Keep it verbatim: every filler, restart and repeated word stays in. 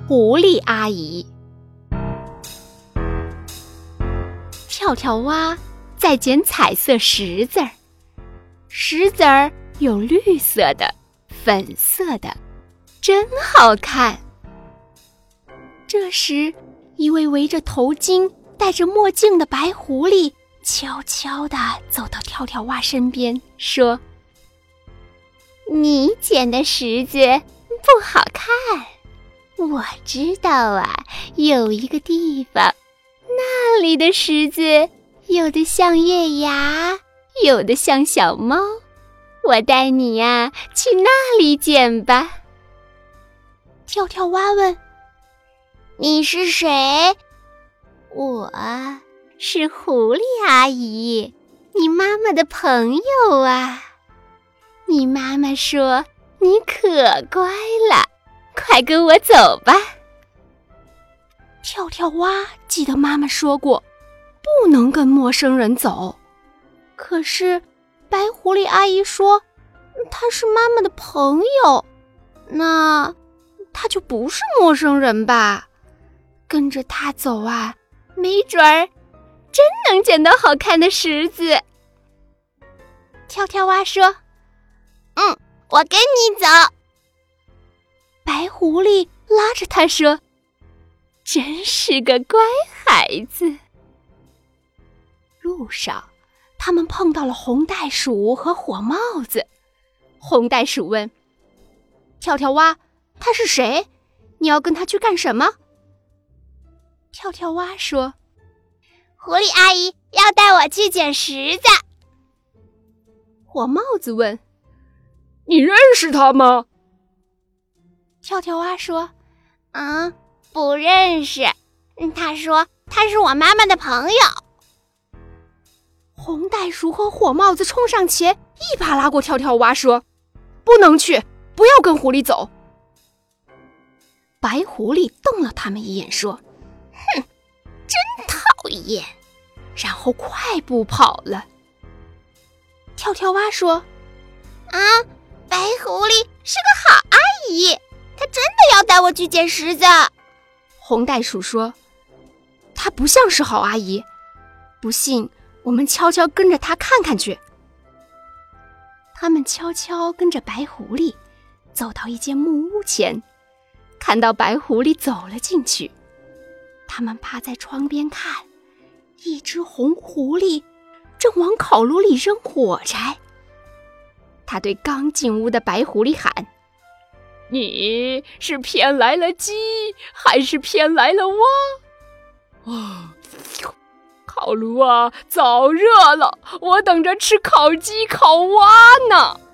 狐狸阿姨。跳跳蛙在捡彩色石子儿，石子儿有绿色的、粉色的，真好看。这时，一位围着头巾、戴着墨镜的白狐狸悄悄地走到跳跳蛙身边，说：“你捡的石子不好看，我知道啊，有一个地方，那里的石子有的像月牙，有的像小猫，我带你呀、啊、去那里捡吧。”跳跳蛙问：“你是谁？”“我是狐狸阿姨，你妈妈的朋友啊。你妈妈说你可乖了，快跟我走吧。”跳跳蛙记得妈妈说过，不能跟陌生人走。可是白狐狸阿姨说，她是妈妈的朋友，那她就不是陌生人吧？跟着她走啊，没准儿真能捡到好看的石子。跳跳蛙说：“嗯，我跟你走。”白狐狸拉着他说：“真是个乖孩子。”路上，他们碰到了红袋鼠和火帽子。红袋鼠问：“跳跳蛙，他是谁？你要跟他去干什么？”跳跳蛙说：“狐狸阿姨要带我去捡石子。”火帽子问：“ 你认识他吗？” 跳跳蛙说：“嗯，不认识。他说他是我妈妈的朋友。”红袋鼠和火帽子冲上前，一把拉过跳跳蛙，说：“不能去，不要跟狐狸走。”白狐狸瞪了他们一眼，说：“哼，真讨厌！”然后快步跑了。跳跳蛙说：“啊，白狐狸是个好阿姨，她真的要带我去捡石子。”红袋鼠说：“她不像是好阿姨，不信我们悄悄跟着她看看去。”他们悄悄跟着白狐狸走到一间木屋前，看到白狐狸走了进去。他们趴在窗边看，一只红狐狸正往烤炉里扔火柴。他对刚进屋的白狐狸喊：“ 你是骗来了鸡，还是骗来了蛙？”哦，烤炉啊，早热了，我等着吃烤鸡、烤蛙呢。